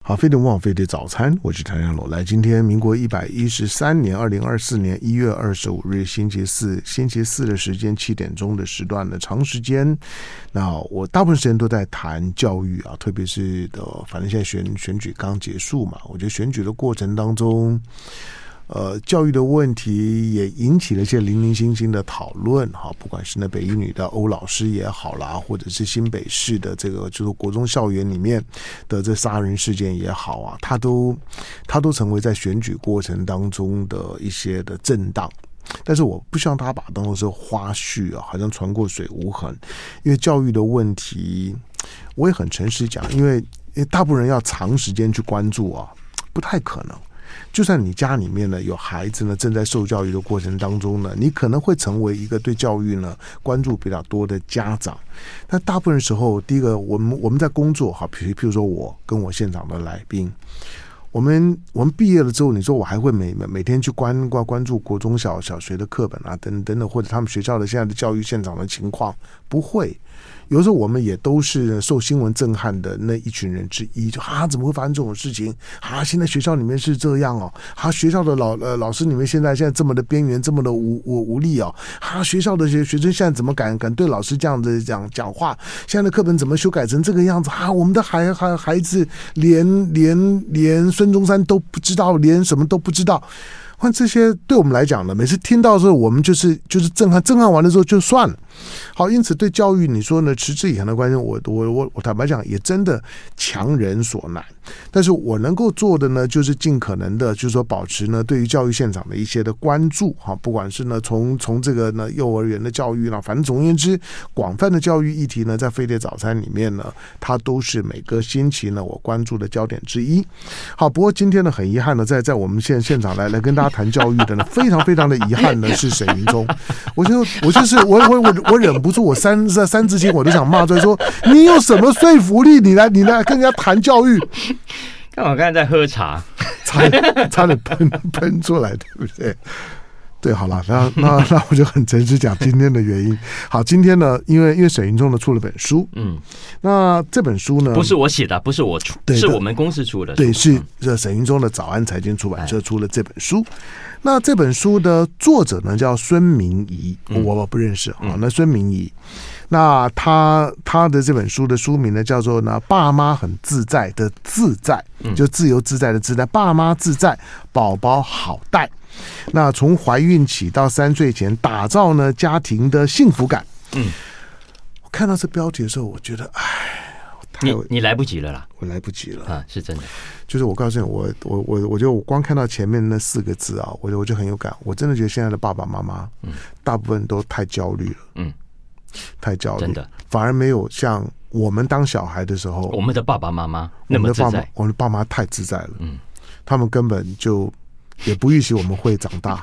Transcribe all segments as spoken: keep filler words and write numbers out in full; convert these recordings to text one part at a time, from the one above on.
好，飞碟网飞碟早餐，我是谭家龙。来，今天民国一百一十三年二零二四年一月二十五日星期四，星期四的时间七点钟的时段的长时间。那我大部分时间都在谈教育啊，特别是的，反正现在选选举刚结束嘛，我觉得选举的过程当中。呃，教育的问题也引起了一些零零星星的讨论哈，不管是那北一女的欧老师也好啦，或者是新北市的这个就是国中校园里面的这杀人事件也好啊，它都它都成为在选举过程当中的一些的震荡。但是我不希望大家把它当作是花絮啊，好像船过水无痕。因为教育的问题，我也很诚实讲，因为因为大部分人要长时间去关注啊，不太可能。就算你家里面呢有孩子呢正在受教育的过程当中呢，你可能会成为一个对教育呢关注比较多的家长。但大部分时候，第一个我们我们在工作哈，譬如譬如说我跟我现场的来宾，我们我们毕业了之后，你说我还会每每天去关关关注国中小小学的课本啊等等等，或者他们学校的现在的教育现场的情况，不会。有时候我们也都是受新闻震撼的那一群人之一，就啊怎么会发生这种事情啊？现在学校里面是这样哦，啊学校的老呃老师里面现在现在这么的边缘，这么的无无无力哦，啊学校的学学生现在怎么敢敢对老师这样子讲讲话？现在的课本怎么修改成这个样子啊？我们的孩孩孩子连连连孙中山都不知道，连什么都不知道。换这些对我们来讲呢，每次听到的时候，我们就是就是震撼，震撼完了之后就算了。好，因此对教育你说呢，持之以恒的关系，我我我我坦白讲，也真的强人所难。但是我能够做的呢，就是尽可能的，就是说保持呢对于教育现场的一些的关注哈，不管是呢从从这个呢幼儿园的教育啦，反正总而言之，广泛的教育议题呢，在飞碟早餐里面呢，它都是每个星期呢我关注的焦点之一。好，不过今天呢，很遗憾呢，在在我们现现场来来跟大家谈教育的呢，非常非常的遗憾呢，是沈云忠。我就我就是我我我我忍不住，我三三字经我都想骂出来说，你有什么说服力？你来你来跟人家谈教育？ 看我刚才在喝茶， 差点差点喷喷出来，对不对？对，好了，那那那我就很诚实讲今天的原因。好，今天呢，因为因为沈云忠呢出了本书，嗯，那这本书呢不是我写的，不是我出，是我们公司出的， 对，是这沈云忠的早安财经出版社出了这本书。那这本书的作者呢叫孙明仪，我不认识啊、嗯。那孙明仪，那他他的这本书的书名呢叫做呢爸妈很自在的自在，就自由自在的自在，爸妈自在，宝宝好带。那从怀孕起到三岁前，打造呢家庭的幸福感。嗯，我看到这标题的时候，我觉得，哎， 你你来不及了啦， 我来不及了啊，是真的。 就是我告诉你，我我我我就我光看到前面那四个字啊，我我就很有感。我真的觉得现在的爸爸妈妈，嗯，大部分都太焦虑了，嗯，太焦虑，真的，反而没有像我们当小孩的时候， 我们的爸爸妈妈那么自在， 我们的爸妈太自在了，嗯，他们根本就。也不预期我们会长大，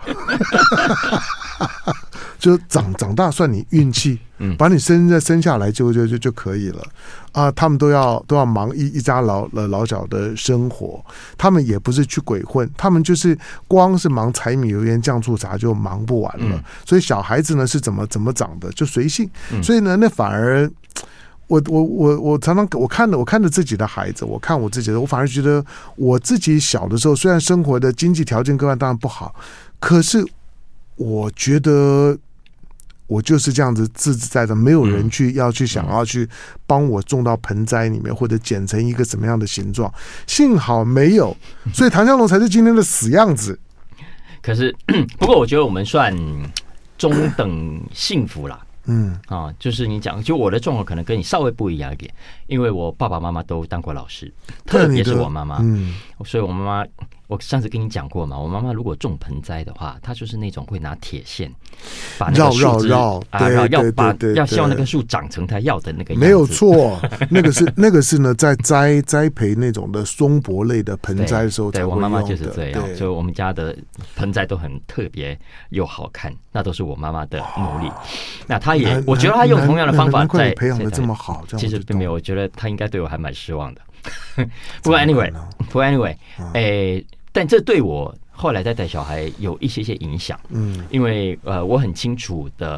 就长长大算你运气，把你生生下来就就就就可以了啊！他们都要都要忙一一家老老小的生活，他们也不是去鬼混，他们就是光是忙柴米油盐酱醋茶就忙不完了。嗯、所以小孩子呢是怎么怎么长的就随性，嗯、所以呢那反而。我我我我常常我看着我看着自己的孩子，我看我自己的，我反而觉得我自己小的时候，虽然生活的经济条件各方当然不好，可是我觉得我就是这样子自自在的，没有人去要去想要去帮我种到盆栽里面，或者剪成一个什么样的形状，幸好没有，所以谭湘龙才是今天的死样子。 可是不过我觉得我们算中等幸福啦。嗯啊，就是你讲，就我的状况可能跟你稍微不一样一点，因为我爸爸妈妈都当过老师，特别是我妈妈，嗯，所以我妈妈，我上次跟你讲过嘛，我妈妈如果种盆栽的话，她就是那种会拿铁线把那个树枝绕绕啊，绕要把要希望那个树长成她要的那个样子， 没有错，那个是那个是呢，在栽栽培那种的松柏类的盆栽的时候才会用的， 对，我妈妈就是这样，所以我们家的盆栽都很特别又好看，那都是我妈妈的努力。那她也，我觉得她用同样的方法在培养的这么好， 其实并没有，我觉得她应该对我还蛮失望的。不过 anyway， 不过 anyway， 诶、欸，但这对我后来在带小孩有一些些影响。嗯，因为呃，我很清楚的。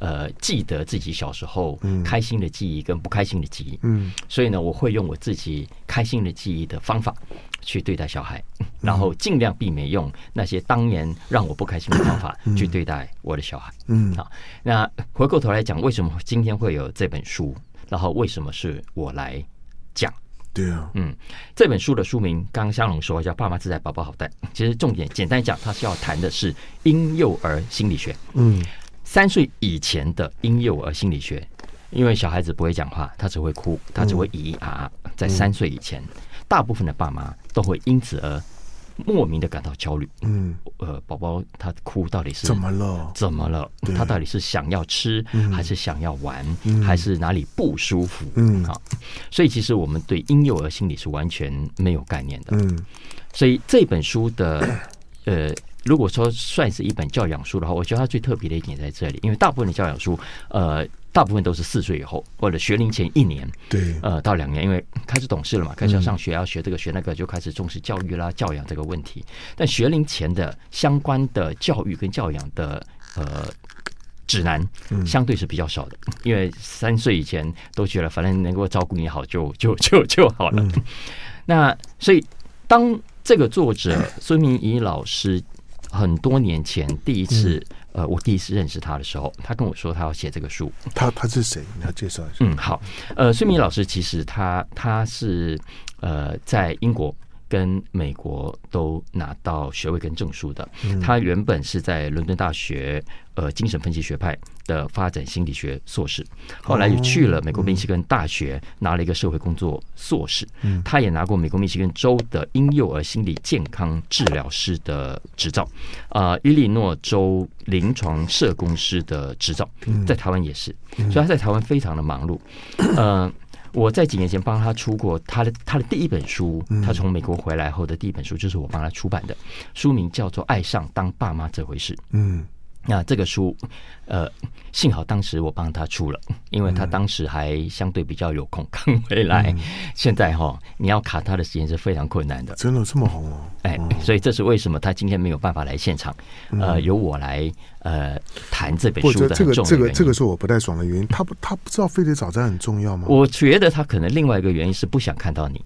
呃记得自己小时候开心的记忆跟不开心的记忆， 嗯， 所以呢，我会用我自己开心的记忆的方法去对待小孩，然后尽量避免用那些当年让我不开心的方法去对待我的小孩。 嗯， 好，那回过头来讲，为什么今天会有这本书？然后为什么是我来讲？ 对啊， 嗯，这本书的书名刚刚香龙说叫《爸妈自在，宝宝好带》，其实重点简单讲，它是要谈的是婴幼儿心理学。 嗯， 三岁以前的婴幼儿心理学，因为小孩子不会讲话，他只会哭，他只会咿咿啊啊。在三岁以前，大部分的爸妈都会因此而莫名的感到焦虑。 嗯， 呃，宝宝他哭到底是怎么了？ 怎么了？他到底是想要吃， 嗯、 还是想要玩， 嗯、 还是哪里不舒服？ 嗯， 好，所以其实我们对婴幼儿心理是完全没有概念的。 嗯，所以这本书的呃，如果说算是一本教养书的话，我觉得它最特别的一点在这里，因为大部分的教养书，呃。大部分都是四岁以后，或者学龄前一年， 对， 呃，到两年，因为开始懂事了嘛，开始要上学，要学这个学那个，就开始重视教育啦、教养这个问题。但学龄前的相关的教育跟教养的呃指南，相对是比较少的，因为三岁以前都觉得反正能够照顾你好就就就就好了。嗯、那所以当这个作者孙明仪老师很多年前第一次。嗯呃，我第一次认识他的时候，他跟我说他要写这个书。 他他是谁？你要介绍一下。 嗯，好。呃，孙明老师其实他他是呃在英国跟美国都拿到学位跟证书的。嗯、他原本是在伦敦大学呃精神分析学派的发展心理学硕士，后来也去了美国密西根大学拿了一个社会工作硕士。嗯、他也拿过美国密西根州的婴幼儿心理健康治疗师的执照，啊、呃，伊利诺州临床社工师的执照，在台湾也是，所以他在台湾非常的忙碌。呃，我在几年前帮他出过他的他的第一本书，他从美国回来后的第一本书就是我帮他出版的，书名叫做《爱上当爸妈这回事》。嗯。那这个书，呃，幸好当时我帮他出了，因为他当时还相对比较有空刚回来。嗯、现在哈，你要卡他的时间是非常困难的。 真的这么红哦？ 哎，所以这是为什么他今天没有办法来现场，呃，由我来呃谈这本书的很重要的原因。 这个这个这个是我不太爽的原因。他不他不知道飞碟早餐很重要吗？ 我觉得他可能另外一个原因是不想看到你。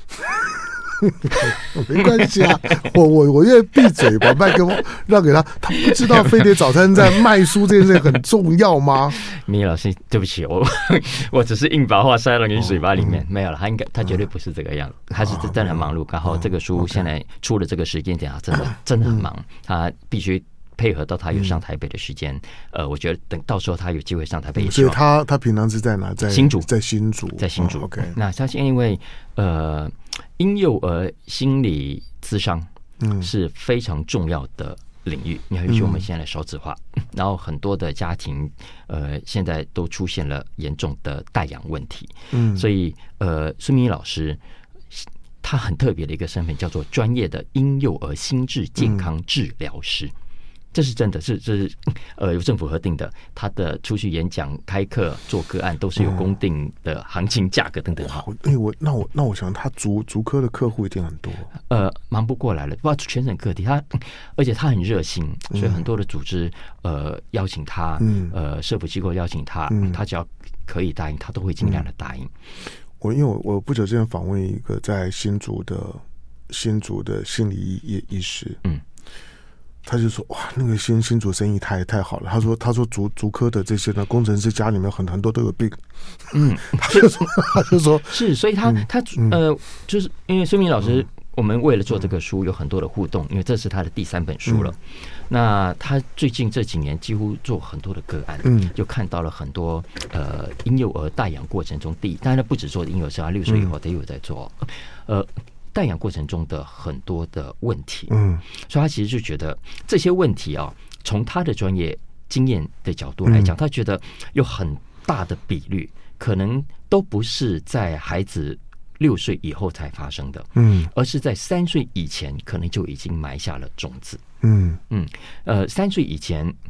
没关系啊，我我我愿意闭嘴，把麦克风让给他。他不知道飞碟早餐在卖书这件事很重要吗？ 米老师，对不起，我我只是硬把话塞到你嘴巴里面，哦嗯、没有了。他应该，他绝对不是这个样子，他是真的很忙碌。然后这个书现在出了这个时间点，他真的真的很忙，他必须配合到他有上台北的时间。嗯、呃，我觉得等到时候他有机会上台北， 所以他他平常是在哪？在新竹， 在新竹， 在新竹。 哦、OK， 那他是因为呃。婴幼儿心理咨商是非常重要的领域，你看，尤其我们现在少子化，嗯、然后很多的家庭，呃，现在都出现了严重的带养问题。嗯，所以呃，孙明仪老师他很特别的一个身份，叫做专业的婴幼儿心智健康治疗师。嗯，这是真的，是这是呃由政府核定的，他的出去演讲、开课、做个案都是有公定的行情价格等等。好， 哎、欸，我那我那我想，他足足科的客户一定很多， 呃，忙不过来了，不知道全省各地，他而且他很热心，所以很多的组织呃邀请他，嗯、呃社福机构邀请他，嗯、他只要可以答应，他都会尽量的答应。嗯、 我因为我我不久之前访问一个在新竹的新竹的心理医医师，嗯。他就说哇，那个新新竹生意太太好了。他说他说竹竹科的这些呢工程师家里面很很多都有病。嗯，他就说他就说是，所以他、嗯、他呃，就是因为孙明老师，嗯、我们为了做这个书有很多的互动，因为这是他的第三本书了。嗯、那他最近这几年几乎做很多的个案，嗯，就看到了很多呃婴幼儿带养过程中，第一，当然不只做婴幼儿，他六岁以后他也有在做，呃。带养过程中的很多的问题，嗯，所以他其实就觉得这些问题啊，从他的专业经验的角度来讲，嗯、他觉得有很大的比率可能都不是在孩子六岁以后才发生的，嗯，而是在三岁以前可能就已经埋下了种子，嗯嗯，呃，三岁以前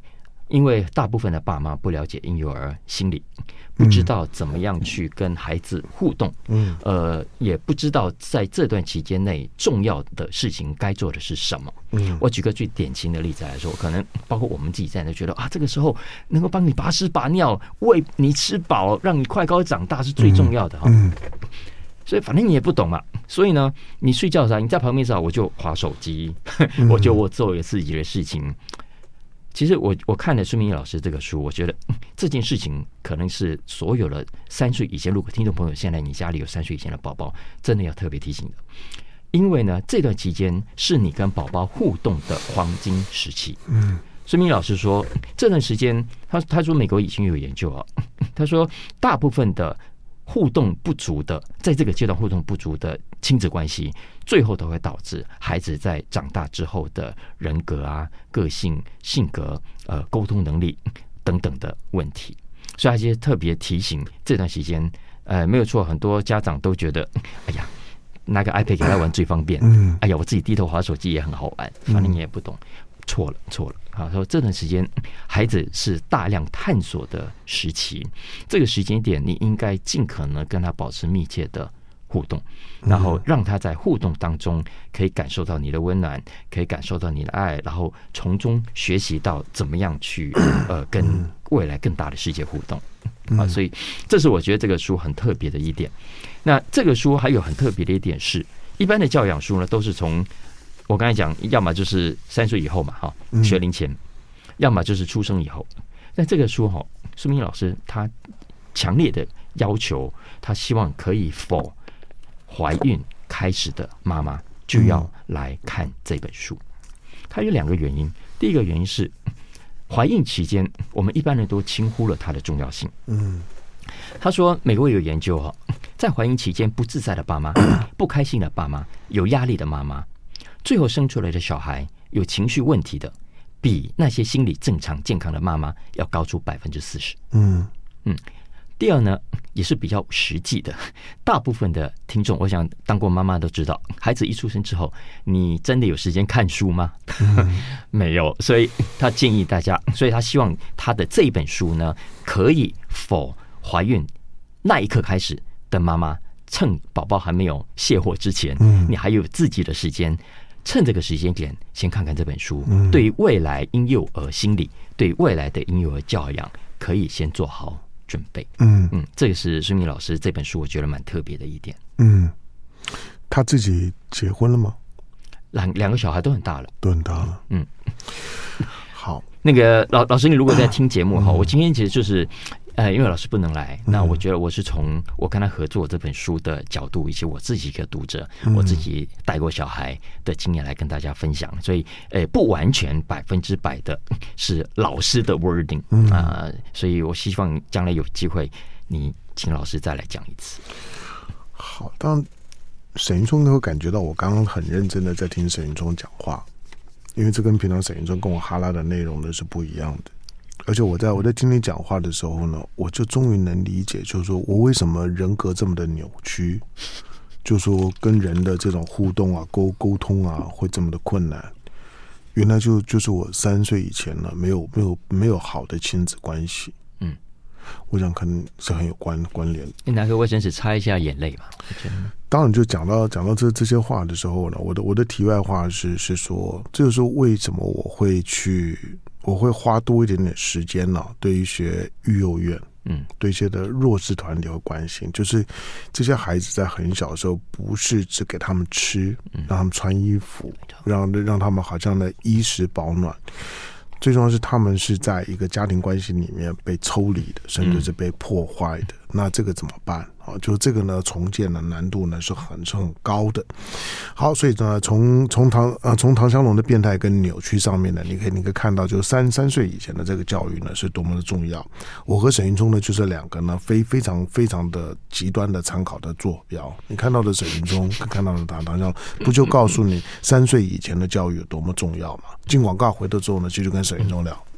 因为大部分的爸妈不了解婴幼儿心理，不知道怎么样去跟孩子互动，嗯，呃，也不知道在这段期间内重要的事情该做的是什么。嗯，我举个最典型的例子来说，可能包括我们自己在内觉得啊，这个时候能够帮你把屎把尿，喂你吃饱，让你快高长大是最重要的哈。嗯，所以反正你也不懂嘛，所以呢，你睡觉的时候你在旁边的时候，我就滑手机，我就我做我自己的事情。其实我我看了孙明义老师这个书，我觉得这件事情可能是所有的三岁以前，如果听众朋友现在你家里有三岁以前的宝宝，真的要特别提醒的，因为呢这段期间是你跟宝宝互动的黄金时期。嗯，孙明义老师说这段时间，他他说美国已经有研究啊，他说大部分的互动不足的，在这个阶段互动不足的亲子关系，最后都会导致孩子在长大之后的人格啊、个性、性格、呃、沟通能力等等的问题。所以他其实特别提醒这段时间，呃，没有错，很多家长都觉得，哎呀，拿个 iPad 给他玩最方便，嗯，哎呀，我自己低头滑手机也很好玩，反正你也不懂。错了，错了。好，说这段时间孩子是大量探索的时期，这个时间点你应该尽可能跟他保持密切的互动，然后让他在互动当中可以感受到你的温暖，可以感受到你的爱，然后从中学习到怎么样去呃跟未来更大的世界互动啊。所以这是我觉得这个书很特别的一点。那这个书还有很特别的一点是，一般的教养书呢都是从我刚才讲，要么就是三岁以后嘛，哈，学龄前，要么就是出生以后。但这个书哈，孙明义老师他强烈的要求，他希望可以否怀孕开始的妈妈就要来看这本书。它有两个原因，第一个原因是怀孕期间，我们一般人都轻忽了它的重要性。嗯，他说，美国有研究哈，在怀孕期间不自在的爸妈、不开心的爸妈、有压力的妈妈，最后生出来的小孩有情绪问题的，比那些心理正常健康的妈妈要高出百分之四十。嗯嗯。第二呢，也是比较实际的，大部分的听众，我想当过妈妈都知道，孩子一出生之后，你真的有时间看书吗？嗯、没有，所以他建议大家，所以他希望他的这一本书呢，可以否怀孕那一刻开始的妈妈，趁宝宝还没有卸货之前，嗯、你还有自己的时间。趁这个时间点，先看看这本书，嗯、对于未来婴幼儿心理，对未来的婴幼儿教养，可以先做好准备。嗯嗯，这个是孙明老师这本书我觉得蛮特别的一点。嗯， 他自己结婚了吗？ 两两个小孩都很大了， 都很大了。 嗯， 好， 那个老老师，你如果在听节目哈，嗯、我今天其实就是。呃，因为老师不能来，那我觉得我是从我跟他合作这本书的角度，以及我自己一个读者，嗯、我自己带过小孩的经验来跟大家分享，所以呃，不完全百分之百的是老师的 wording 啊、呃，所以我希望将来有机会，你请老师再来讲一次。 好，当然沈云聪都会感觉到我刚刚很认真的在听沈云聪讲话，因为这跟平常沈云聪跟我哈拉的内容呢是不一样的。而且我在我在听你讲话的时候呢，我就终于能理解，就是说我为什么人格这么的扭曲，就是说跟人的这种互动啊、沟沟通啊，会这么的困难。原来就就是我三岁以前呢，没有没有没有好的亲子关系。嗯，我想可能是很有关关联。 你拿个卫生纸擦一下眼泪吧。 当然，就讲到讲到这这些话的时候呢，我的我的题外话是是说，这就是为什么我会去。我会花多一点点时间呢、啊，对于学育幼院，嗯，对一些的弱势团体会关心，就是这些孩子在很小的时候，不是只给他们吃，让他们穿衣服，让让他们好像的衣食保暖，最重要是他们是在一个家庭关系里面被抽离的，甚至是被破坏的。嗯、那这个怎么办？啊，就这个呢，重建的难度呢是很是很高的。好，所以呢，从从唐啊从唐湘龙的变态跟扭曲上面呢，你可以你可以看到，就三三岁以前的这个教育呢是多么的重要。我和沈云聪呢就是两个呢非非常非常的极端的参考的坐标。你看到的沈云聪跟看到的唐唐湘龙，不就告诉你三岁以前的教育有多么重要吗？进广告回头之后呢，继续跟沈云聪聊。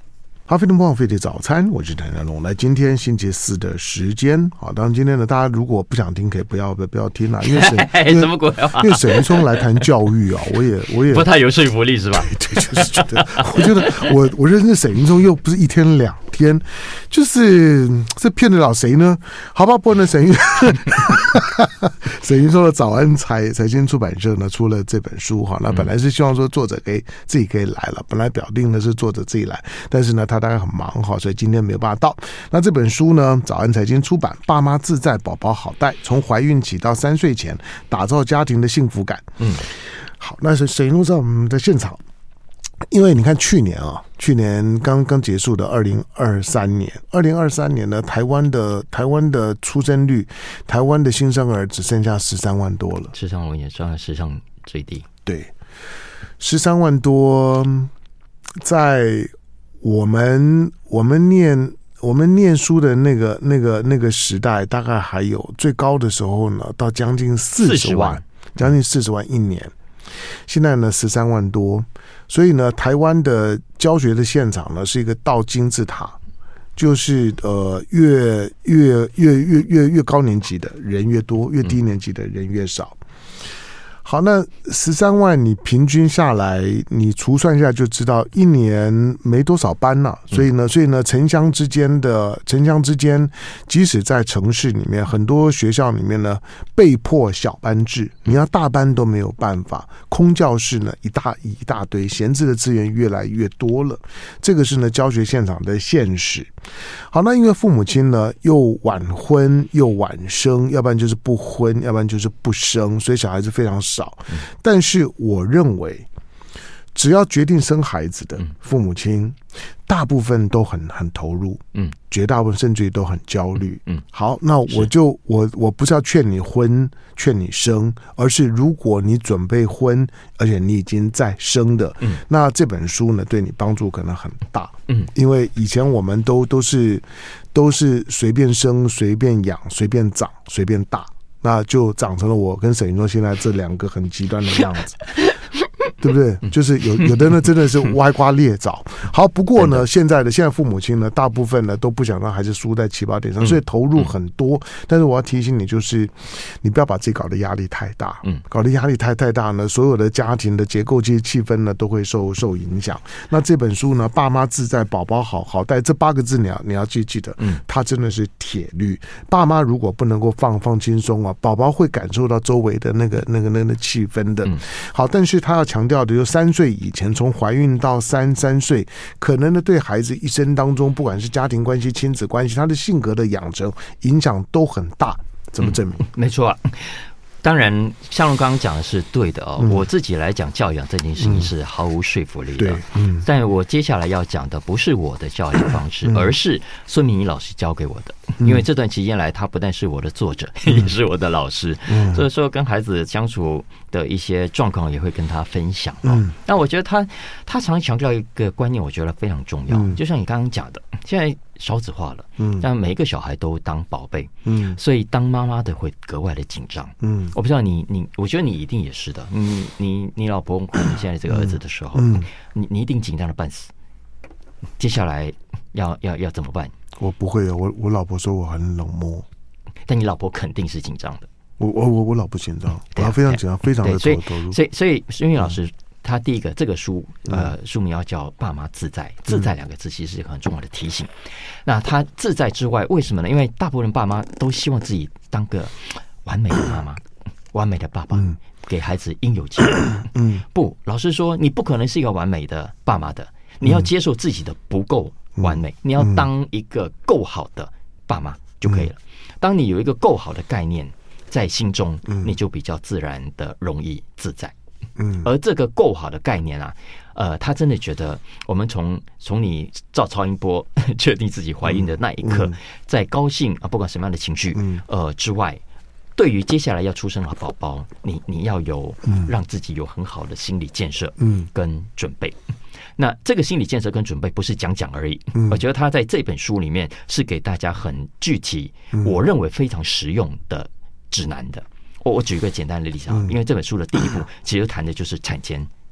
好，非常不枉费的早餐，我是谭家龙。来，今天星期四的时间，好，当然今天呢，大家如果不想听，可以不要不要听啦，因为沈什么鬼啊？ 因为沈云聪来谈教育啊，我也我也不太有说服力是吧？ 对，对就是觉得，我觉得我我认识沈云聪又不是一天两天，就是这骗得了谁呢？好吧，不过呢，沈云沈云聪的早安财财经出版社呢出了这本书哈，那本来是希望说作者可以自己可以来了，本来表定的是作者自己来，但是呢他大概很忙哈，所以今天没有办法到。那这本书呢，早安财经出版，爸妈自在，宝宝好带，从怀孕起到三岁前，打造家庭的幸福感。嗯，好，那是沈云聪在我们的现场。因为你看去年啊，去年刚刚结束的二零二三年，二零二三年呢，台湾的台湾的出生率，台湾的新生儿只剩下十三万多了， 史上我也算史上最低。 对，十三万多，在我们我们念我们念书的那个那个那个时代，大概还有最高的时候呢，到将近四十万，将近四十万一年。现在呢，十三万多，所以呢，台湾的教学的现场呢是一个倒金字塔，就是呃，越越越越越越高年级的人越多，越低年级的人越少。好，那十三万你平均下来，你除算一下就知道，一年没多少班了、啊。所以呢，所以呢，城乡之间的城乡之间，即使在城市里面，很多学校里面呢，被迫小班制，你要大班都没有办法。空教室呢，一大一大堆，闲置的资源越来越多了。这个是呢，教学现场的现实。好，那因为父母亲呢，又晚婚又晚生，要不然就是不婚，要不然就是不生，所以小孩子非常少。但是我认为，只要决定生孩子的父母亲，大部分都很很投入，嗯，绝大部分甚至于都很焦虑，嗯。好，那我就我我不是要劝你婚，劝你生，而是如果你准备婚，而且你已经在生的，嗯，那这本书呢，对你帮助可能很大，嗯，因为以前我们都都是都是随便生、随便养、随便长、随便大。那就长成了我跟沈云聪现在这两个很极端的样子，对不对？就是有有的呢真的是歪瓜裂枣。好，不过呢，现在的现在父母亲呢，大部分呢都不想让孩子输在起跑点上，所以投入很多。但是我要提醒你，就是你不要把自己搞得压力太大，嗯，搞得压力太太大呢，所有的家庭的结构这些气氛呢都会受受影响。那这本书呢，爸妈自在，宝宝好好带，这八个字你要你要记记得，嗯，它真的是铁律。爸妈如果不能够放放轻松啊，宝宝会感受到周围的那个那个那个气氛的。好，但是他要强调的，就三岁以前，从怀孕到三三岁，可能呢对孩子一生当中，不管是家庭关系、亲子关系，他的性格的养成影响都很大。怎么证明？ 嗯、没错啊。当然，向荣刚刚讲的是对的哦。嗯、我自己来讲教养这件事情是毫无说服力的。嗯，嗯但我接下来要讲的不是我的教养方式，嗯、而是孙明仪老师教给我的。嗯、因为这段期间来，他不但是我的作者，嗯、也是我的老师，嗯、所以说跟孩子相处的一些状况也会跟他分享哦。嗯、那我觉得他他常强调一个观念，我觉得非常重要。嗯、就像你刚刚讲的，现在少子化了，嗯，但每一个小孩都当宝贝，嗯，所以当妈妈的会格外的紧张，嗯，我不知道你你，我觉得你一定也是的，你你你老婆你现在这个儿子的时候，嗯，你你一定紧张的半死，接下来要要要怎么办？ 我不会的，我我老婆说我很冷漠， 但你老婆肯定是紧张的， 我我我我老婆紧张，我要非常紧张，非常的投入， 所以所以孙玉老师。他第一个，这个书呃，书名要叫《爸妈自在》，自在两个字其实是一个很重要的提醒。那他自在之外，为什么呢？因为大部分爸妈都希望自己当个完美的妈妈、完美的爸爸，给孩子应有尽有。嗯，不，老实说，你不可能是一个完美的爸妈的，你要接受自己的不够完美，你要当一个够好的爸妈就可以了。当你有一个够好的概念在心中，你就比较自然的容易自在。嗯，而这个够好的概念啊，呃，他真的觉得我们从从你照超音波确定自己怀孕的那一刻，嗯、在高兴啊，不管什么样的情绪，嗯、呃之外，对于接下来要出生的宝宝，你你要有让自己有很好的心理建设，嗯，跟准备。嗯、那这个心理建设跟准备不是讲讲而已，嗯、我觉得他在这本书里面是给大家很具体，嗯、我认为非常实用的指南的。我我举一个简单的例子啊，因为这本书的第一步其实谈的就是产前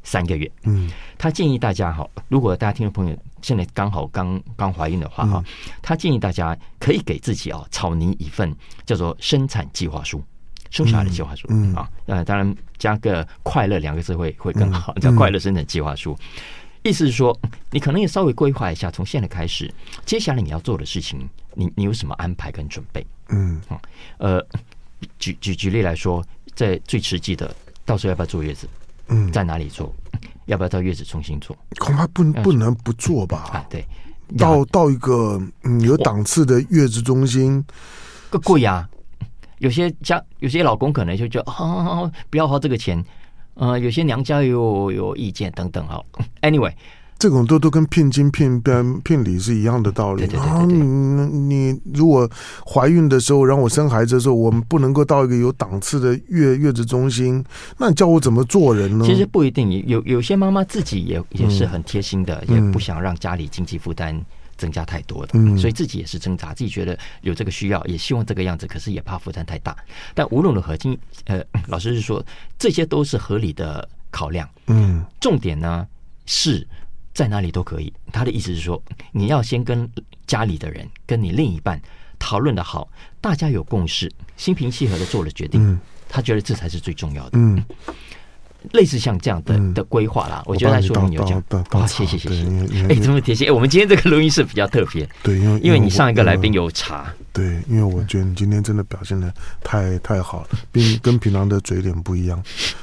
三个月。 嗯， 他建议大家哈，如果大家听众朋友现在刚好刚刚怀孕的话哈，嗯、他建议大家可以给自己啊草拟一份叫做生产计划书。生小孩的计划书、嗯、啊，呃，当然加个快乐两个字会会更好，叫快乐生产计划书。嗯、意思是说，你可能也稍微规划一下，从现在开始，接下来你要做的事情，你你有什么安排跟准备？嗯，啊，呃，举举举例来说，在最实际的，到时候要不要坐月子？嗯，在哪里做？要不要到月子中心做？ 恐怕不不能不做吧？ 啊，对， 到到一个嗯有档次的月子中心， 个贵啊。有些家有些老公可能就觉得啊，不要花这个钱，呃，有些娘家有有意见等等哈。Anyway， 这种都都跟骗金骗骗礼是一样的道理。 对对对对对， 你你如果怀孕的时候让我生孩子的时候，我们不能够到一个有档次的月月子中心，那你叫我怎么做人呢？ 其实不一定，有有些妈妈自己也也是很贴心的，嗯、也不想让家里经济负担增加太多的，嗯、所以自己也是挣扎，自己觉得有这个需要，也希望这个样子，可是也怕负担太大。但无论如何，今呃，老师是说这些都是合理的考量。嗯，重点呢是在哪里都可以。他的意思是说，你要先跟家里的人，跟你另一半讨论的好，大家有共识，心平气和的做了决定。嗯、他觉得这才是最重要的。嗯。类似像这样的、嗯、的规划啦，我觉得在说明有讲。哦，谢谢谢谢。哎，这么贴心！哎，我们今天这个录音室比较特别， 对，因为因为你上一个来宾有茶， 对，因为我觉得你今天真的表现的太太好了，并跟平常的嘴脸不一样。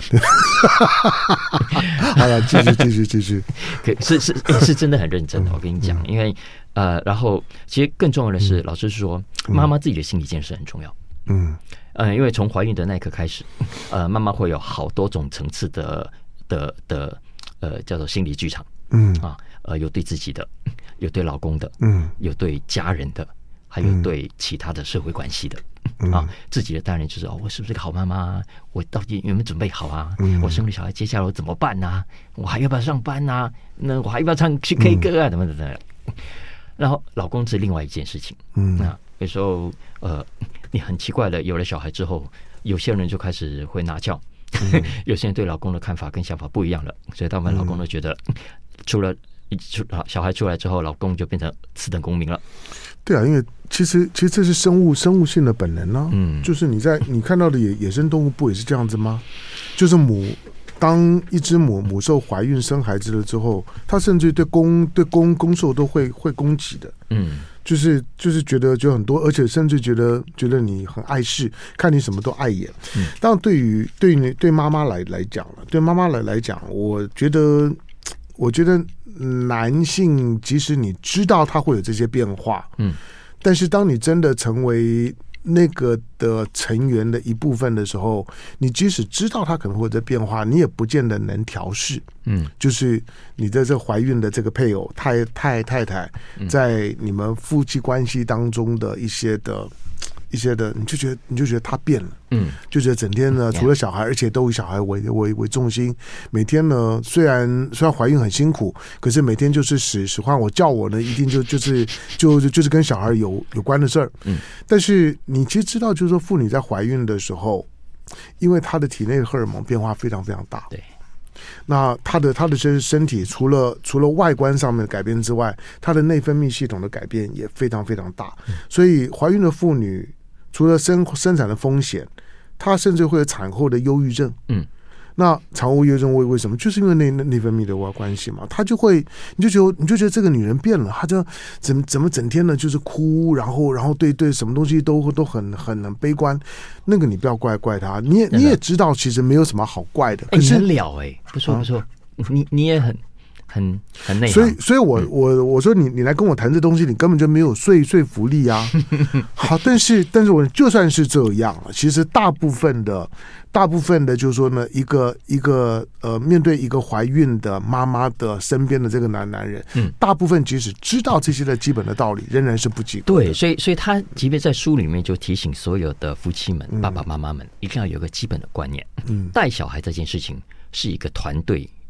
好了，继续继续继续， 是是是真的很认真的，我跟你讲，因为呃，然后其实更重要的是，老师说妈妈自己的心理建设很重要。嗯。呃，因为从怀孕的那一刻开始，呃，妈妈会有好多种层次的的的呃，叫做心理剧场，嗯啊，呃，有对自己的，有对老公的，嗯，有对家人的，还有对其他的社会关系的，嗯、啊，自己的当然就是哦，我是不是个好妈妈？我到底有没有准备好啊？嗯、我生了小孩，接下来我怎么办啊？我还要不要上班啊？那我还要不要唱去 K 歌啊？怎么怎么？然后老公是另外一件事情，嗯啊，有时候呃。你很奇怪的，有了小孩之后，有些人就开始会拿翘，嗯、有些人对老公的看法跟想法不一样了，所以他们老公都觉得，嗯、除了出小孩出来之后，老公就变成次等公民了。 对啊，因为其实其实这是生物生物性的本能啊，嗯，就是你在你看到的野野生动物不也是这样子吗？就是母当一只母母兽怀孕生孩子了之后，它甚至对公对公公兽都会会攻击的，嗯。就是就是觉得就很多，而且甚至觉得觉得你很碍事，看你什么都碍眼。嗯，当然对于对于对妈妈来来讲了，对妈妈来来讲，我觉得我觉得男性即使你知道他会有这些变化，嗯，但是当你真的成为那个的成员的一部分的时候，你即使知道他可能会有这变化，你也不见得能调试。嗯，就是你的这怀孕的这个配偶太太太太，在你们夫妻关系当中的一些的。一些的，你就觉得你就觉得他变了，嗯，就觉得整天呢，除了小孩，而且都以小孩为为为重心。每天呢，虽然虽然怀孕很辛苦，可是每天就是使使唤我叫我呢，一定就就是就就是跟小孩有有关的事儿。嗯，但是你其实知道，就是说妇女在怀孕的时候，因为她的体内的荷尔蒙变化非常非常大， 对。 那她的她的身身体除了除了外观上面的改变之外，她的内分泌系统的改变也非常非常大。嗯、所以怀孕的妇女除了生生产的风险，她甚至会有产后的忧郁症。嗯，那产后忧郁症为为什么？就是因为内内分泌的关系嘛。她就会，你就觉得你就觉得这个女人变了，她就怎么怎么整天呢就是哭，然后然后对对什么东西都都很很很悲观。那个你不要怪怪她，你也你也知道其实没有什么好怪的。可是欸、你很了哎、欸，不错不错，啊、你你也很。很很内行， 所以所以我我我说你你来跟我谈这东西，你根本就没有说说服力啊。好，但是但是我就算是这样，其实大部分的大部分的，就是说呢，一个一个呃，面对一个怀孕的妈妈的身边的这个男男人，嗯，大部分即使知道这些的基本的道理，仍然是不及格。 对，所以所以他即便在书里面就提醒所有的夫妻们、嗯、爸爸妈妈们，一定要有个基本的观念，嗯，带小孩这件事情是一个团队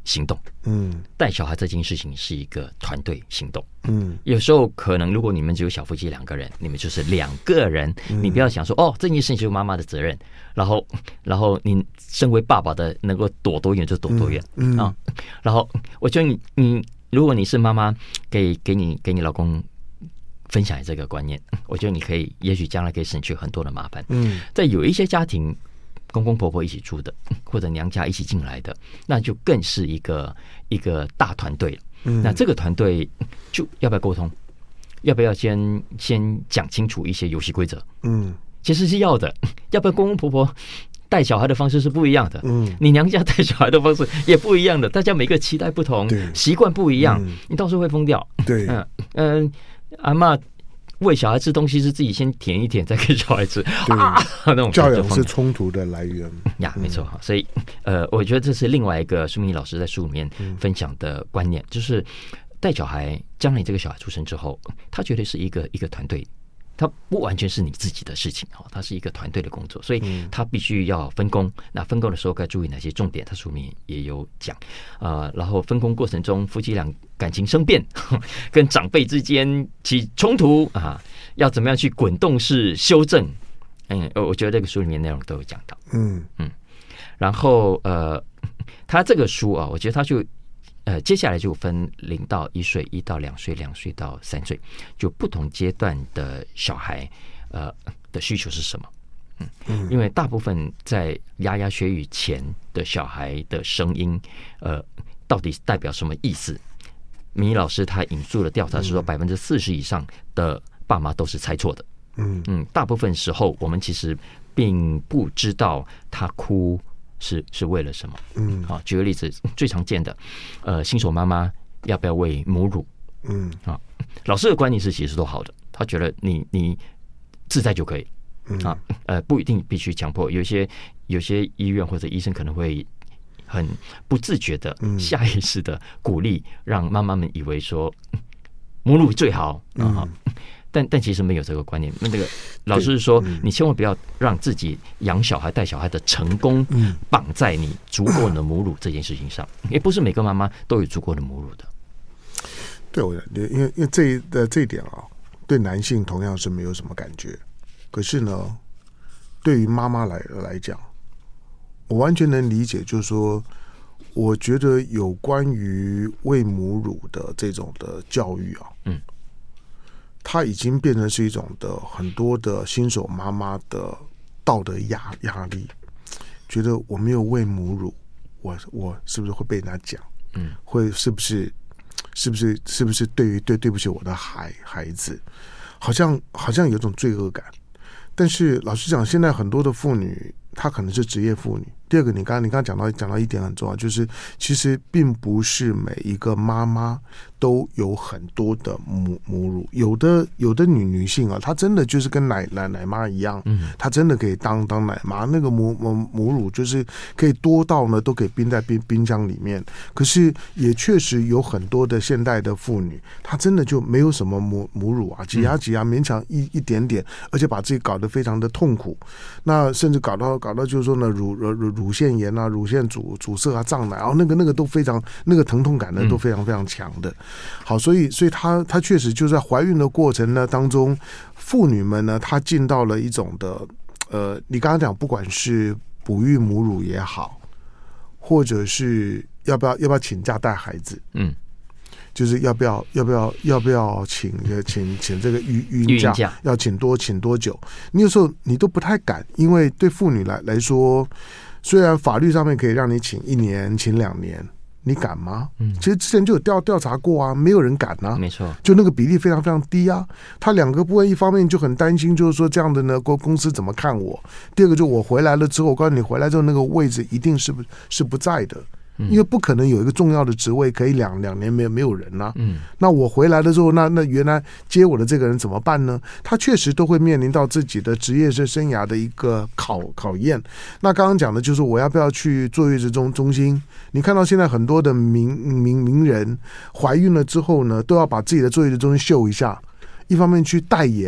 行动。嗯，带小孩这件事情是一个团队行动。嗯，有时候可能如果你们只有小夫妻两个人，你们就是两个人，嗯、你不要想说哦，这件事情就是妈妈的责任，然后然后你身为爸爸的能够躲多远就躲多远。嗯, 嗯啊，然后我觉得你你如果你是妈妈，给给你给你老公分享这个观念，我觉得你可以，也许将来可以省去很多的麻烦。嗯，在有一些家庭，公公婆婆一起住的，或者娘家一起进来的，那就更是一个一个大团队了。嗯，那这个团队就要不要沟通？要不要先先讲清楚一些游戏规则？嗯，其实是要的。要不然公公婆婆带小孩的方式是不一样的。嗯，你娘家带小孩的方式也不一样的，大家每个期待不同，习惯不一样，嗯、你到时候会疯掉。 对， 嗯嗯、呃，阿嬷喂小孩吃东西是自己先舔一舔，再给小孩吃，啊，那种教养是冲突的来源呀，没错。所以，呃，我觉得这是另外一个舒明老师在书里面分享的观念，就是带小孩，将来这个小孩出生之后，他绝对是一个一个团队。它不完全是你自己的事情，它是一个团队的工作，所以它必须要分工。那分工的时候该注意哪些重点？他书里面也有讲。呃，然后分工过程中，夫妻俩感情生变，跟长辈之间起冲突啊，要怎么样去滚动式修正？嗯，我觉得这个书里面内容都有讲到。嗯嗯，然后呃，他这个书啊，我觉得他就。呃，接下来就分零到一岁、一到两岁、两岁到三岁，就不同阶段的小孩，呃的需求是什么？嗯嗯，因为大部分在牙牙学语前的小孩的声音，呃，到底代表什么意思？米老师他引述的调查是说，百分之四十以上的爸妈都是猜错的。嗯嗯，大部分时候我们其实并不知道他哭。是是为了什么？嗯，好，举个例子，最常见的，呃，新手妈妈要不要喂母乳？嗯，啊，老师的观念是其实都好的，他觉得你你自在就可以，啊，呃，不一定必须强迫，有些有些医院或者医生可能会很不自觉的、下意识的鼓励，让妈妈们以为说母乳最好啊。但但其实没有这个观念。那这个老师说，你千万不要让自己养小孩、带小孩的成功绑在你足够的母乳这件事情上，也不是每个妈妈都有足够的母乳的。 对，我因为因为这的这一点啊，对男性同样是没有什么感觉，可是呢，对于妈妈来来讲，我完全能理解，就是说，我觉得有关于喂母乳的这种的教育啊，嗯。它已经变成是一种的很多的新手妈妈的道德压压力，觉得我没有喂母乳，我我是不是会被人家讲？嗯，会是不是是不是是不是对于对对不起我的孩孩子，好像好像有种罪恶感。但是老实讲，现在很多的妇女，她可能是职业妇女。第二个，你刚刚你刚刚讲到讲到一点很重要，就是其实并不是每一个妈妈都有很多的母母乳，有的有的女女性啊，她真的就是跟奶奶奶妈一样，嗯，她真的可以当当奶妈，那个母母母乳就是可以多到呢，都可以冰在冰冰箱里面。可是也确实有很多的现代的妇女，她真的就没有什么母母乳啊，挤压挤压，勉强一一点点，而且把自己搞得非常的痛苦，那甚至搞到搞到就是说呢，乳乳乳腺炎啊、乳腺阻阻塞啊、胀奶，然后那个那个都非常那个疼痛感呢都非常非常强的。好，所以所以她她确实就在怀孕的过程呢当中，妇女们呢她进到了一种的呃，你刚刚讲不管是哺育母乳也好，或者是要不要要不要请假带孩子，嗯。就是要不要要不要要不要请请请这个育孕假，假要请多请多久？你有时候你都不太敢，因为对妇女来来说，虽然法律上面可以让你请一年、请两年，你敢吗？嗯，其实之前就有调调查过啊，没有人敢啊， 没错， 就那个比例非常非常低啊。他两个部分，一方面就很担心，就是说这样的呢，公公司怎么看我？第二个就我回来了之后，我告诉你，回来之后那个位置一定是不是不在的。因为不可能有一个重要的职位可以两两年没有没有人啊。嗯，那我回来的时候，那那原来接我的这个人怎么办呢？他确实都会面临到自己的职业生涯的一个考考验。那刚刚讲的就是我要不要去坐月子中中心？你看到现在很多的名名名人怀孕了之后呢，都要把自己的坐月子中心秀一下。一方面去代言，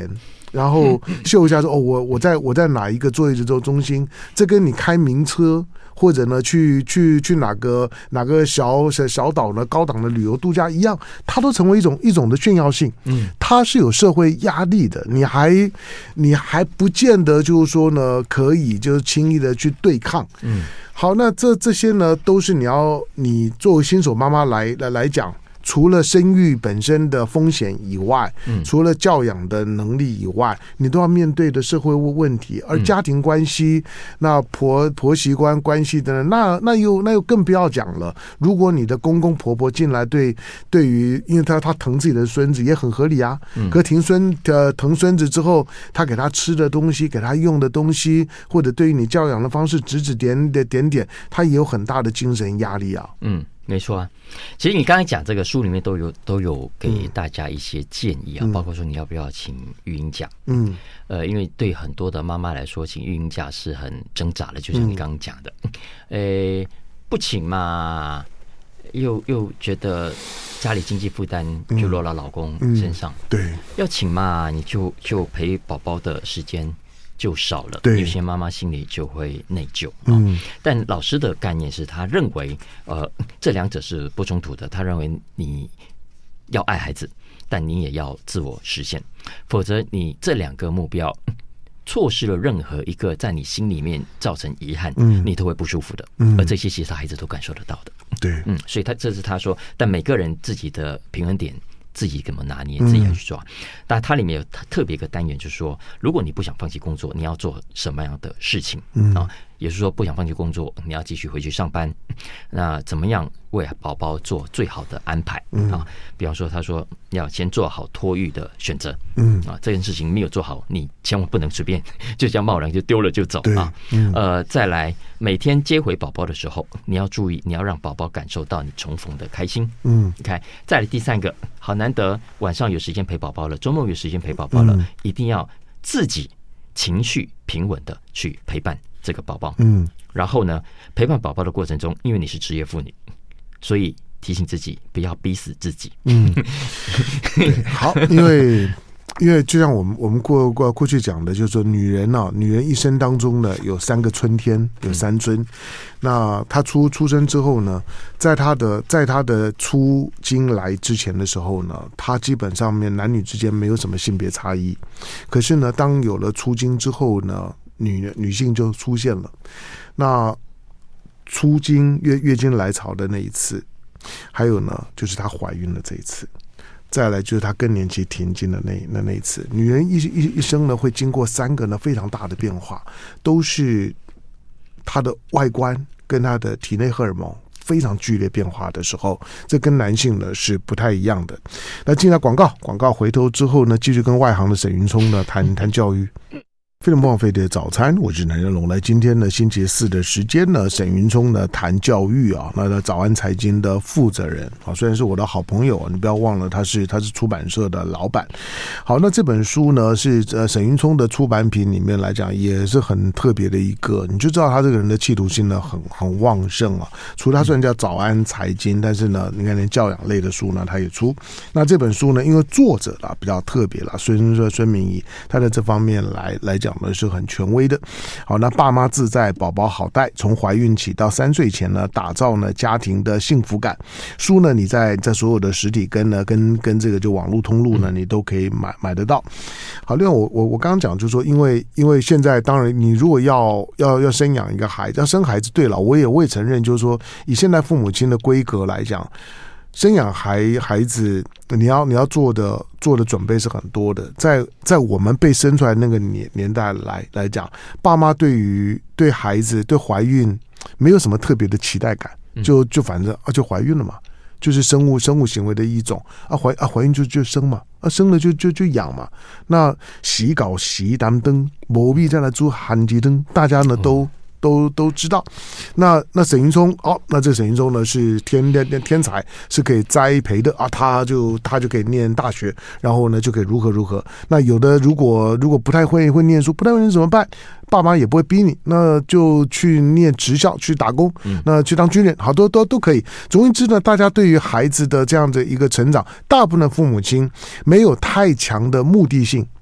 然后秀一下说哦，我我在我在哪一个坐月子中心，这跟你开名车。或者呢，去去去哪个哪个小小小岛呢，高档的旅游度假一样，它都成为一种一种的炫耀性。嗯，它是有社会压力的，你还你还不见得就是说呢，可以就是轻易的去对抗。嗯，好，那这这些呢，都是你要你作为新手妈妈来来来讲。除了生育本身的风险以外，嗯，除了教养的能力以外，你都要面对的社会问题，而家庭关系、嗯、那婆婆媳关关系的，那那又那又更不要讲了。如果你的公公婆婆进来对对于，因为他他疼自己的孙子也很合理啊，嗯、可疼孙呃疼孙子之后，他给他吃的东西，给他用的东西，或者对于你教养的方式指指点点点点，他也有很大的精神压力啊。 嗯。没错啊，其实你刚才讲这个书里面都有都有给大家一些建议啊，嗯、包括说你要不要请育婴假，嗯，呃，因为对很多的妈妈来说，请育婴假是很挣扎的，就像你刚刚讲的，嗯、呃，不请嘛，又又觉得家里经济负担就落到老公身上，嗯嗯、对，要请嘛，你就就陪宝宝的时间。就少了，有些妈妈心里就会内疚。嗯，但老师的概念是他认为，呃，这两者是不冲突的。他认为你要爱孩子，但你也要自我实现，否则你这两个目标错失了任何一个在你心里面造成遗憾，嗯，你都会不舒服的。嗯，而这些其实孩子都感受得到的。 对， 嗯，所以他这是他说，但每个人自己的平衡点。自己怎么拿捏，自己要去抓。但它里面有特别一个单元，就是说，如果你不想放弃工作，你要做什么样的事情？嗯啊，也就是说，不想放弃工作，你要继续回去上班。那怎么样为宝宝做最好的安排？嗯啊，比方说，他说要先做好托育的选择。嗯啊，这件事情没有做好，你千万不能随便就这样贸然就丢了就走啊。嗯、呃，再来，每天接回宝宝的时候，你要注意，你要让宝宝感受到你重逢的开心。嗯，你看，再来第三个，好难得晚上有时间陪宝宝了，周末有时间陪宝宝了，嗯、一定要自己情绪平稳的去陪伴这个宝宝。嗯，然后呢，陪伴宝宝的过程中，因为你是职业妇女，所以提醒自己不要逼死自己。嗯， 好，因为。因为就像我们我们过过过去讲的，就是说女人啊，女人一生当中呢有三个春天，有三春。嗯、那她出出生之后呢，在她的在她的出经来之前的时候呢，她基本上面男女之间没有什么性别差异。可是呢，当有了出经之后呢，女女性就出现了。那出经月月经来潮的那一次，还有呢，就是她怀孕的这一次。再来就是她更年期停经的那那那一次，女人一一一生呢会经过三个呢非常大的变化，都是她的外观跟她的体内荷尔蒙非常剧烈变化的时候，这跟男性呢是不太一样的。那进来广告，广告回头之后呢，继续跟外行的沈云聪呢谈谈教育。非常不枉费的早餐，我是谭仁龙。来，今天呢，星期四的时间呢，沈云聪呢谈教育啊，那早安财经的负责人啊，虽然是我的好朋友，你不要忘了他是他是出版社的老板。好，那这本书呢是呃沈云聪的出版品里面来讲也是很特别的一个，你就知道他这个人的企图心呢很很旺盛啊。除了他虽然叫早安财经，但是呢，你看连教养类的书呢他也出。那这本书呢，因为作者啦比较特别啦，孙孙明仪，他在这方面来来讲。是很权威的。好，那爸妈自在，宝宝好带，从怀孕起到三岁前呢，打造呢家庭的幸福感。书呢，你在在所有的实体跟呢跟跟这个就网络通路呢，你都可以买买得到。好，另外我我我刚刚讲就是说，因为因为现在当然你如果要要要生养一个孩子，要生孩子，对了，我也我也承认就是说，以现在父母亲的规格来讲。生养孩孩子，你要你要做的做的准备是很多的。在在我们被生出来那个年年代来来讲，爸妈对于对孩子对怀孕没有什么特别的期待感，就就反正啊就怀孕了嘛，就是生物生物行为的一种啊怀啊怀孕就就生嘛，啊生了就就就养嘛。那洗搞洗单灯，某必再来做寒极灯，大家呢都。都都知道，那那沈云聪哦，那这沈云聪呢是天天天才，是可以栽培的啊，他就他就可以念大学，然后呢就可以如何如何。那有的如果如果不太会会念书，不太会念怎么办？爸妈也不会逼你，那就去念职校，去打工，那去当军人，好多都都可以。总而言之呢，大家对于孩子的这样的一个成长，大部分的父母亲没有太强的目的性，嗯。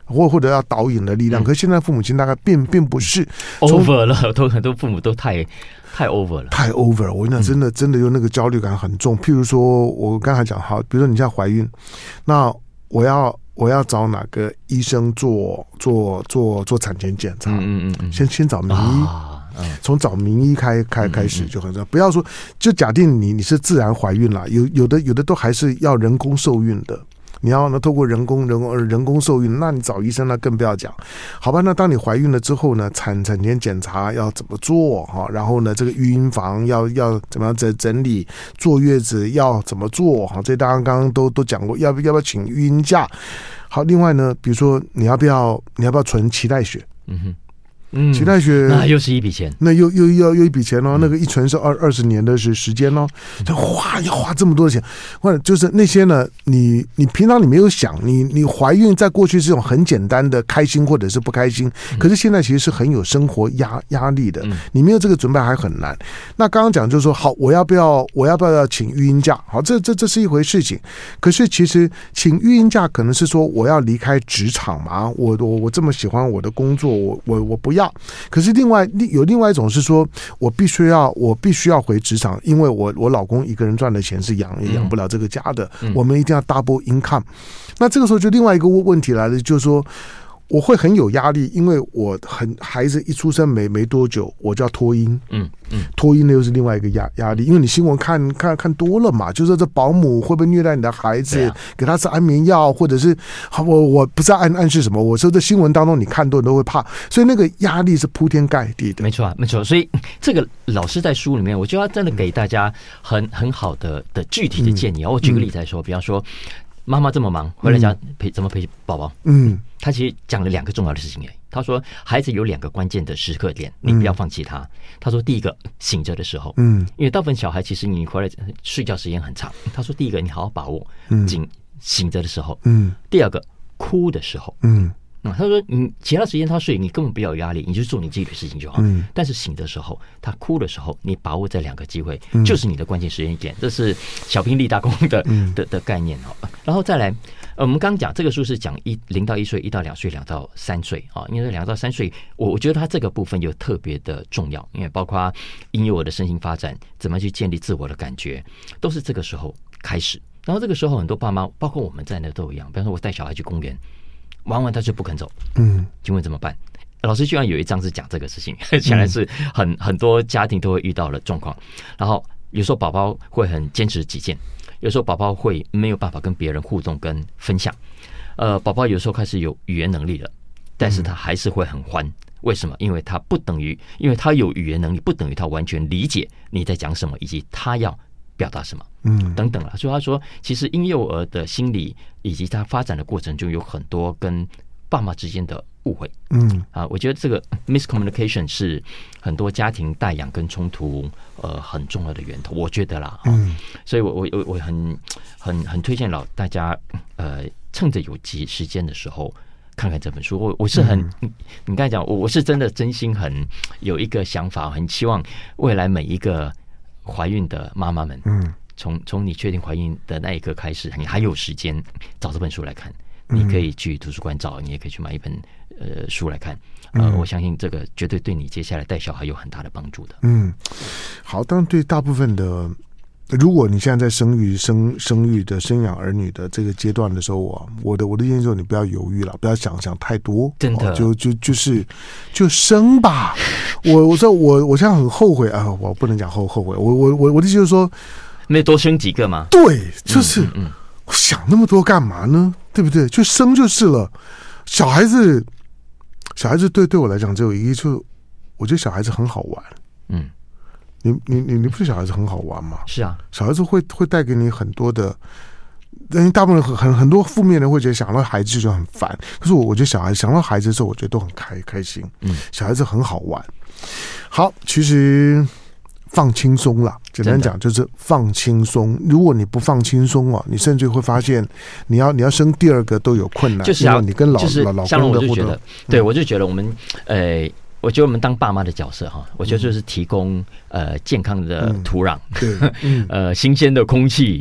或或者要导引的力量。嗯、可是现在父母亲大概并并不是 over 了，都很多父母都太太 over 了， 太 over 了。我跟你讲，真的真的有那个焦虑感很重。譬如说，我刚才讲好，比如说你现在怀孕，那我要我要找哪个医生做做做做产前检查？嗯嗯嗯，先先找名医。啊从找名医开开开始就很重要，不要说就假定你你是自然怀孕了，有有的有的都还是要人工受孕的，你要呢透过人工人工人工受孕，那你找医生那更不要讲，好吧？那当你怀孕了之后呢，产产前检查要怎么做哈？然后呢，这个育婴房要要怎么样整整理，坐月子要怎么做哈？这大家刚刚都都讲过，要不要不要请育婴假？好，另外呢，比如说你要不要你要不要存脐带血？嗯哼。 嗯，脐带血那又是一笔钱， 那又又要又一笔钱哦。嗯、那个一存是二二十年的时时间哦，就花要花这么多的钱，或者就是那些呢，你你平常你没有想，你你怀孕在过去是一种很简单的开心或者是不开心，可是现在其实是很有生活压压力的，你没有这个准备还很难。那刚刚讲就是说，好，我要不要我要不要请育婴假？好，这这这是一回事情。可是其实请育婴假可能是说我要离开职场嘛，我我我这么喜欢我的工作，我我我不要。可是另外有另外一种是说，我必须要我必须要回职场，因为我我老公一个人赚的钱是养也养不了这个家的，嗯、我们一定要 double income。那这个时候就另外一个问题来了，就是说我会很有压力，因为我很孩子一出生没没多久我就要托婴，嗯嗯，托婴呢又是另外一个压压力，因为你新闻看看看多了嘛，就是说这保姆会不会虐待你的孩子，啊、给他吃安眠药，或者是我我不知道暗暗示什么，我说这新闻当中你看多人都会怕，所以那个压力是铺天盖地的。 没错、啊，没错。所以这个老师在书里面，我就要真的给大家很很好的的具体的建议啊。嗯、我举个例子来说，比方说。妈妈这么忙，回来家陪、嗯、怎么陪宝宝？嗯，他其实讲了两个重要的事情。哎，他说孩子有两个关键的时刻点，你不要放弃他。嗯、他说第一个醒着的时候，嗯，因为大部分小孩其实你回来睡觉时间很长。他说第一个你好好把握，嗯，醒醒着的时候，嗯，第二个哭的时候，嗯。嗯、他说你其他时间他睡，你根本不要有压力，你就做你自己的事情就好。嗯、但是醒的时候，他哭的时候，你把握这两个机会，嗯、就是你的关键时间点。这是小兵立大功的、嗯、的的概念哦。然后再来，呃，我们刚刚讲这个书是讲一零到一岁，一到两岁，两到三岁啊。因为两到三岁，我我觉得他这个部分有特别的重要，因为包括婴幼儿的身心发展，怎么去建立自我的感觉，都是这个时候开始。然后这个时候，很多爸妈，包括我们在内都一样。比方说，我带小孩去公园。玩完他就不肯走，嗯，请问怎么办？老师居然有一章是讲这个事情，显然是很很多家庭都会遇到的状况。然后有时候宝宝会很坚持己见，有时候宝宝会没有办法跟别人互动跟分享。呃，宝宝有时候开始有语言能力了，但是他还是会很欢。为什么？因为他不等于，因为他有语言能力，不等于他完全理解你在讲什么，以及他要表达什么，嗯，等等了。所以他说，其实婴幼儿的心理以及他发展的过程中，有很多跟爸妈之间的误会，嗯啊，我觉得这个 miscommunication 是很多家庭带养跟冲突呃很重要的源头，我觉得啦，嗯，所以我我我我很很很推荐老大家呃趁着有机时间的时候。看看这本书，我我是很，嗯、你刚才讲，我我是真的真心很有一个想法，很期望未来每一个怀孕的妈妈们，嗯，从从你确定怀孕的那一刻开始，你还有时间找这本书来看，你可以去图书馆找，你也可以去买一本呃书来看，呃，我相信这个绝对对你接下来带小孩有很大的帮助的。 嗯，好，但对大部分的。如果你现在在生育、生生育的生养儿女的这个阶段的时候啊，我的我的建议就是你不要犹豫了，不要想想太多， 真的， 哦、就就就是就生吧。我我说我我现在很后悔啊，我不能讲后后悔，我我我我的意思就是说， 没多生几个吗？ 对，就是嗯嗯我想那么多干嘛呢？对不对？就生就是了。小孩子，小孩子对对我来讲只有一个，就我觉得小孩子很好玩，嗯。你你你你不是小孩子很好玩吗？ 是啊， 小孩子会会带给你很多的，因为大部分很很很多负面的会觉得想到孩子就很烦，可是我我觉得小孩想到孩子的时候，我觉得都很开开心。嗯，小孩子很好玩。好，其实放轻松啦，简单讲就是放轻松。如果你不放轻松哦，你甚至会发现你要你要生第二个都有困难， 就是要你跟老就是老老公的互动。 对，我就觉得我们呃。我觉得我们当爸妈的角色哈，我觉得就是提供呃健康的土壤， 对，嗯、 呃新鲜的空气， 对，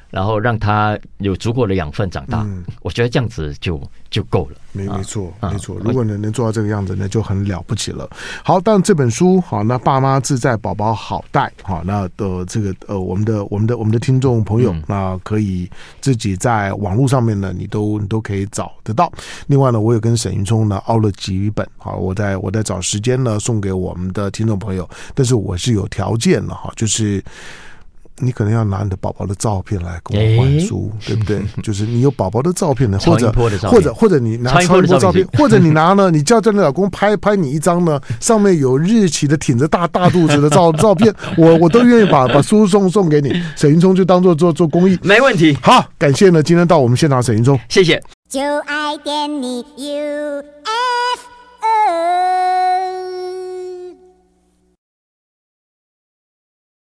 然后让他有足够的养分长大，嗯、我觉得这样子就就够了。 没没错，啊、没错。如果能能做到这个样子，那就很了不起了。好，当然这本书好，那爸妈自在，宝宝好带。好，那呃这个呃我们的我们的我们的听众朋友，嗯、那可以自己在网络上面呢，你都你都可以找得到。另外呢，我有跟沈云聪呢凹了几本，好，我在我在找时间呢送给我们的听众朋友，但是我是有条件了哈，就是。你可能要拿你的宝宝的照片来跟我换书，欸、对不对？就是你有宝宝的照片呢，或者或者或者你拿超音波照片，或者你拿呢，你叫叫你老公拍拍你一张呢，上面有日期的挺着大大肚子的照照片，我我都愿意把把书送送给你。沈云聪就当做做做公益， 没问题。 好，感谢呢，今天到我们现场沈云聪， 谢谢。 就爱点你 U F O。